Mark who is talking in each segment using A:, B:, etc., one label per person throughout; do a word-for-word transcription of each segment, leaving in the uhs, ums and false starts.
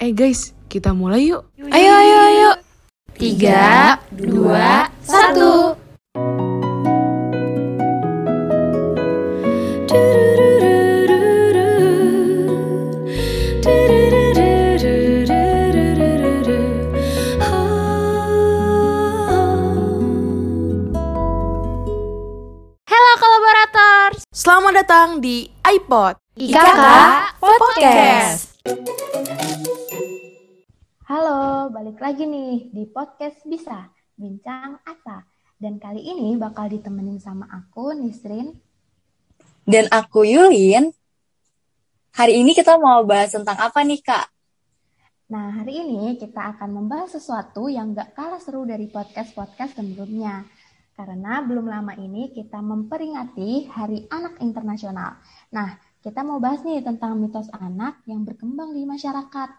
A: Eh guys, kita mulai yuk.
B: Ayo, ayo, ayo. Tiga, dua, satu. Halo kolaborator.
A: Selamat datang di iPod
B: I K K Podcast.
C: Halo, balik lagi nih di podcast Bisa Bincang Asa. Dan kali ini bakal ditemenin sama aku, Nisrin.
D: Dan aku, Yulin. Hari ini kita mau bahas tentang apa nih, Kak?
C: Nah, hari ini kita akan membahas sesuatu yang gak kalah seru dari podcast-podcast sebelumnya. Karena belum lama ini kita memperingati Hari Anak Internasional. Nah, kita mau bahas nih tentang mitos anak yang berkembang di masyarakat.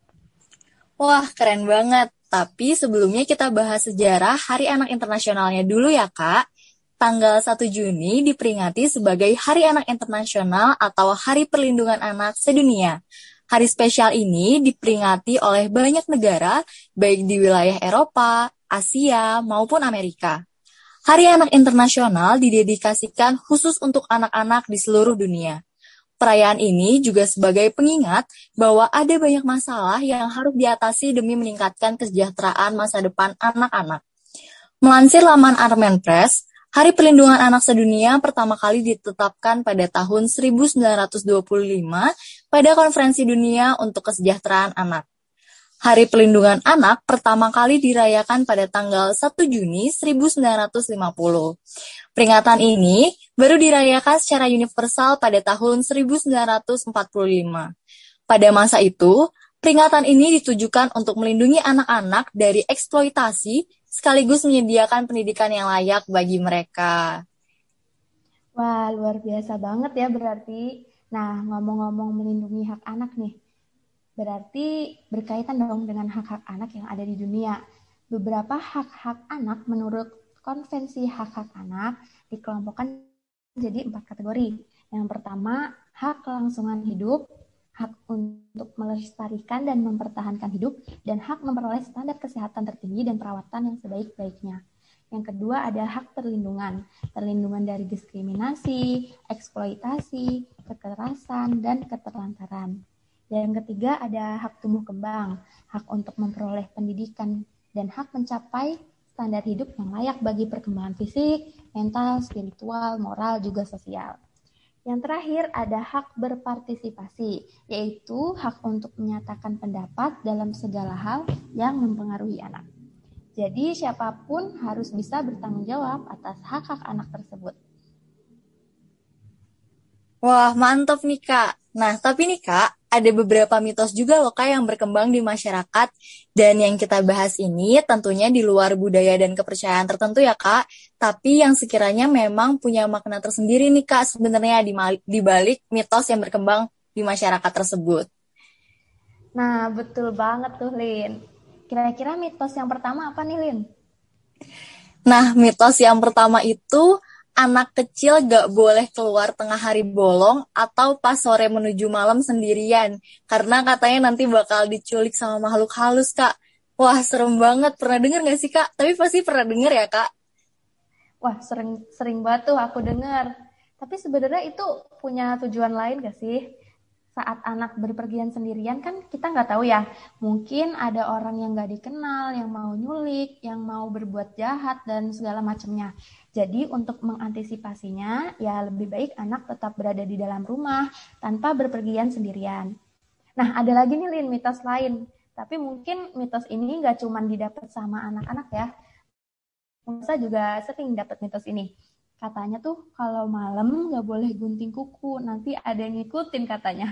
D: Wah, keren banget. Tapi sebelumnya kita bahas sejarah Hari Anak Internasionalnya dulu ya, Kak. Tanggal satu Juni diperingati sebagai Hari Anak Internasional atau Hari Perlindungan Anak Sedunia. Hari spesial ini diperingati oleh banyak negara, baik di wilayah Eropa, Asia, maupun Amerika. Hari Anak Internasional didedikasikan khusus untuk anak-anak di seluruh dunia. Perayaan ini juga sebagai pengingat bahwa ada banyak masalah yang harus diatasi demi meningkatkan kesejahteraan masa depan anak-anak. Melansir laman Armen Press, Hari Perlindungan Anak Sedunia pertama kali ditetapkan pada tahun seribu sembilan ratus dua puluh lima pada Konferensi Dunia untuk Kesejahteraan Anak. Hari Perlindungan Anak pertama kali dirayakan pada tanggal satu Juni seribu sembilan ratus lima puluh. Peringatan ini baru dirayakan secara universal pada tahun seribu sembilan ratus empat puluh lima. Pada masa itu, peringatan ini ditujukan untuk melindungi anak-anak dari eksploitasi sekaligus menyediakan pendidikan yang layak bagi mereka.
C: Wah, luar biasa banget ya berarti. Nah, ngomong-ngomong melindungi hak anak nih, berarti berkaitan dong dengan hak-hak anak yang ada di dunia. Beberapa hak-hak anak menurut Konvensi Hak-Hak Anak dikelompokkan jadi empat kategori. Yang pertama, hak kelangsungan hidup, hak untuk melestarikan dan mempertahankan hidup, dan hak memperoleh standar kesehatan tertinggi dan perawatan yang sebaik-baiknya. Yang kedua ada hak perlindungan, perlindungan dari diskriminasi, eksploitasi, kekerasan, dan keterlantaran. Yang ketiga ada hak tumbuh kembang, hak untuk memperoleh pendidikan, dan hak mencapai standar hidup yang layak bagi perkembangan fisik, mental, spiritual, moral, juga sosial. Yang terakhir ada hak berpartisipasi, yaitu hak untuk menyatakan pendapat dalam segala hal yang mempengaruhi anak. Jadi siapapun harus bisa bertanggung jawab atas hak-hak anak tersebut.
D: Wah, mantap nih, Kak. Nah, tapi nih, Kak, ada beberapa mitos juga loh, Kak, yang berkembang di masyarakat. Dan yang kita bahas ini tentunya di luar budaya dan kepercayaan tertentu ya, Kak. Tapi yang sekiranya memang punya makna tersendiri nih, Kak, sebenarnya di balik mitos yang berkembang di masyarakat tersebut.
C: Nah, betul banget tuh, Lin. Kira-kira mitos yang pertama apa nih, Lin?
D: Nah, mitos yang pertama itu anak kecil gak boleh keluar tengah hari bolong atau pas sore menuju malam sendirian. Karena katanya nanti bakal diculik sama makhluk halus, Kak. Wah, serem banget. Pernah denger gak sih, Kak? Tapi pasti pernah denger ya, Kak?
C: Wah, sering sering banget tuh aku denger. Tapi sebenarnya itu punya tujuan lain gak sih? Saat anak berpergian sendirian kan kita nggak tahu ya. Mungkin ada orang yang nggak dikenal, yang mau nyulik, yang mau berbuat jahat, dan segala macamnya. Jadi untuk mengantisipasinya, ya lebih baik anak tetap berada di dalam rumah tanpa berpergian sendirian. Nah, ada lagi nih, Lin, mitos lain. Tapi mungkin mitos ini nggak cuma didapat sama anak-anak ya. Saya juga sering dapat mitos ini. Katanya tuh kalau malam nggak boleh gunting kuku, nanti ada yang ngikutin katanya.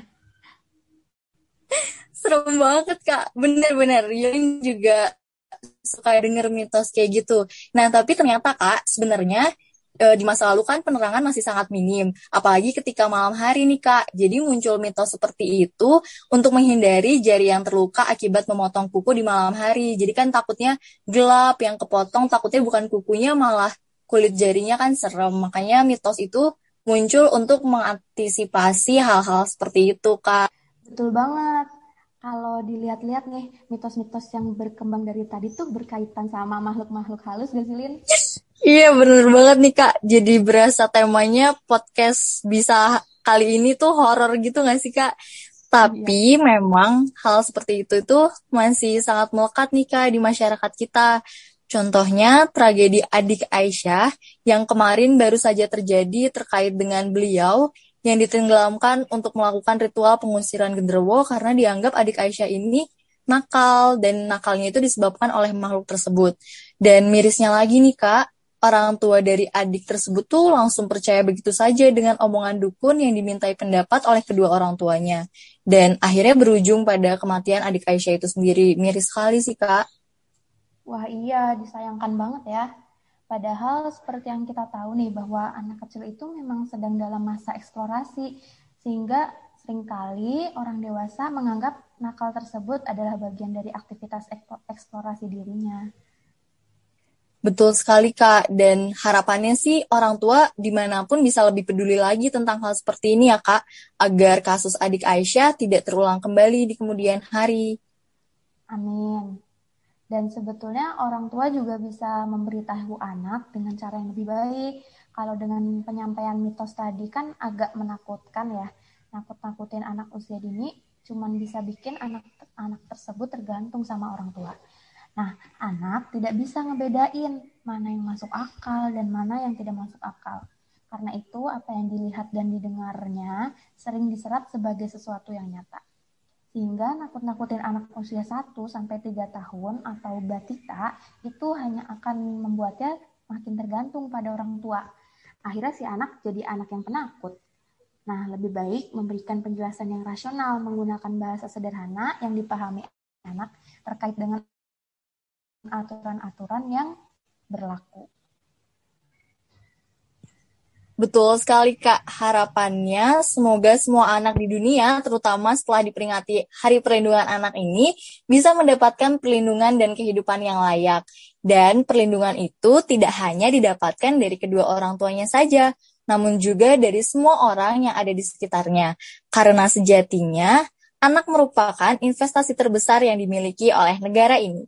D: Serem banget, Kak. Bener-bener. Yulin juga suka denger mitos kayak gitu. Nah, tapi ternyata, Kak, sebenarnya e, di masa lalu kan penerangan masih sangat minim. Apalagi ketika malam hari nih, Kak. Jadi muncul mitos seperti itu untuk menghindari jari yang terluka akibat memotong kuku di malam hari. Jadi kan takutnya gelap, yang kepotong takutnya bukan kukunya, malah kulit jarinya kan serem. Makanya mitos itu muncul untuk mengantisipasi hal-hal seperti itu, Kak.
C: Betul banget. kalau dilihat-lihat nih, mitos-mitos yang berkembang dari tadi tuh berkaitan sama makhluk-makhluk halus gak sih, Lin?
D: Iya, bener banget nih, Kak. Jadi berasa temanya podcast bisa kali ini tuh horor gitu gak sih, Kak? Tapi
C: Iya.
D: memang hal seperti itu itu masih sangat melekat nih, Kak, di masyarakat kita. Contohnya tragedi adik Aisyah yang kemarin baru saja terjadi terkait dengan beliau yang ditenggelamkan untuk melakukan ritual pengusiran genderuwo karena dianggap adik Aisyah ini nakal dan nakalnya itu disebabkan oleh makhluk tersebut. Dan mirisnya lagi nih, Kak, orang tua dari adik tersebut tuh langsung percaya begitu saja dengan omongan dukun yang dimintai pendapat oleh kedua orang tuanya. Dan akhirnya berujung pada kematian adik Aisyah itu sendiri. Miris sekali sih, Kak.
C: Wah iya, disayangkan banget ya. Padahal seperti yang kita tahu nih bahwa anak kecil itu memang sedang dalam masa eksplorasi, sehingga seringkali orang dewasa menganggap nakal tersebut adalah bagian dari aktivitas eksplorasi dirinya.
D: Betul sekali, Kak. Dan harapannya sih orang tua dimanapun bisa lebih peduli lagi tentang hal seperti ini ya, Kak. Agar kasus adik Aisyah tidak terulang kembali di kemudian hari.
C: Amin. Dan sebetulnya orang tua juga bisa memberitahu anak dengan cara yang lebih baik. Kalau dengan penyampaian mitos tadi kan agak menakutkan ya. Nakut-nakutin anak usia dini cuman bisa bikin anak-anak tersebut tergantung sama orang tua. Nah, anak tidak bisa ngebedain mana yang masuk akal dan mana yang tidak masuk akal. Karena itu apa yang dilihat dan didengarnya sering diserap sebagai sesuatu yang nyata. Sehingga nakut-nakutin anak usia satu sampai tiga tahun atau batita itu hanya akan membuatnya makin tergantung pada orang tua. Akhirnya si anak jadi anak yang penakut. Nah, lebih baik memberikan penjelasan yang rasional menggunakan bahasa sederhana yang dipahami anak terkait dengan aturan-aturan yang berlaku.
D: Betul sekali, Kak. Harapannya semoga semua anak di dunia, terutama setelah diperingati Hari Perlindungan Anak ini, bisa mendapatkan perlindungan dan kehidupan yang layak. Dan perlindungan itu tidak hanya didapatkan dari kedua orang tuanya saja, namun juga dari semua orang yang ada di sekitarnya. Karena sejatinya, anak merupakan investasi terbesar yang dimiliki oleh negara ini.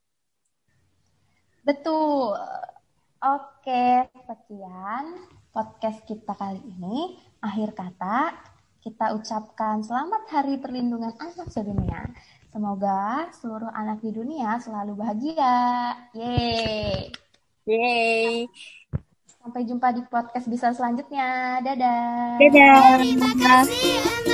C: Betul. Oke, sekian podcast kita kali ini. Akhir kata, kita ucapkan selamat Hari Perlindungan Anak Sedunia. Semoga seluruh anak di dunia selalu bahagia. Yeay.
D: Yeay.
C: Sampai jumpa di podcast bisa selanjutnya. Dadah.
D: Dadah.
B: Terima kasih.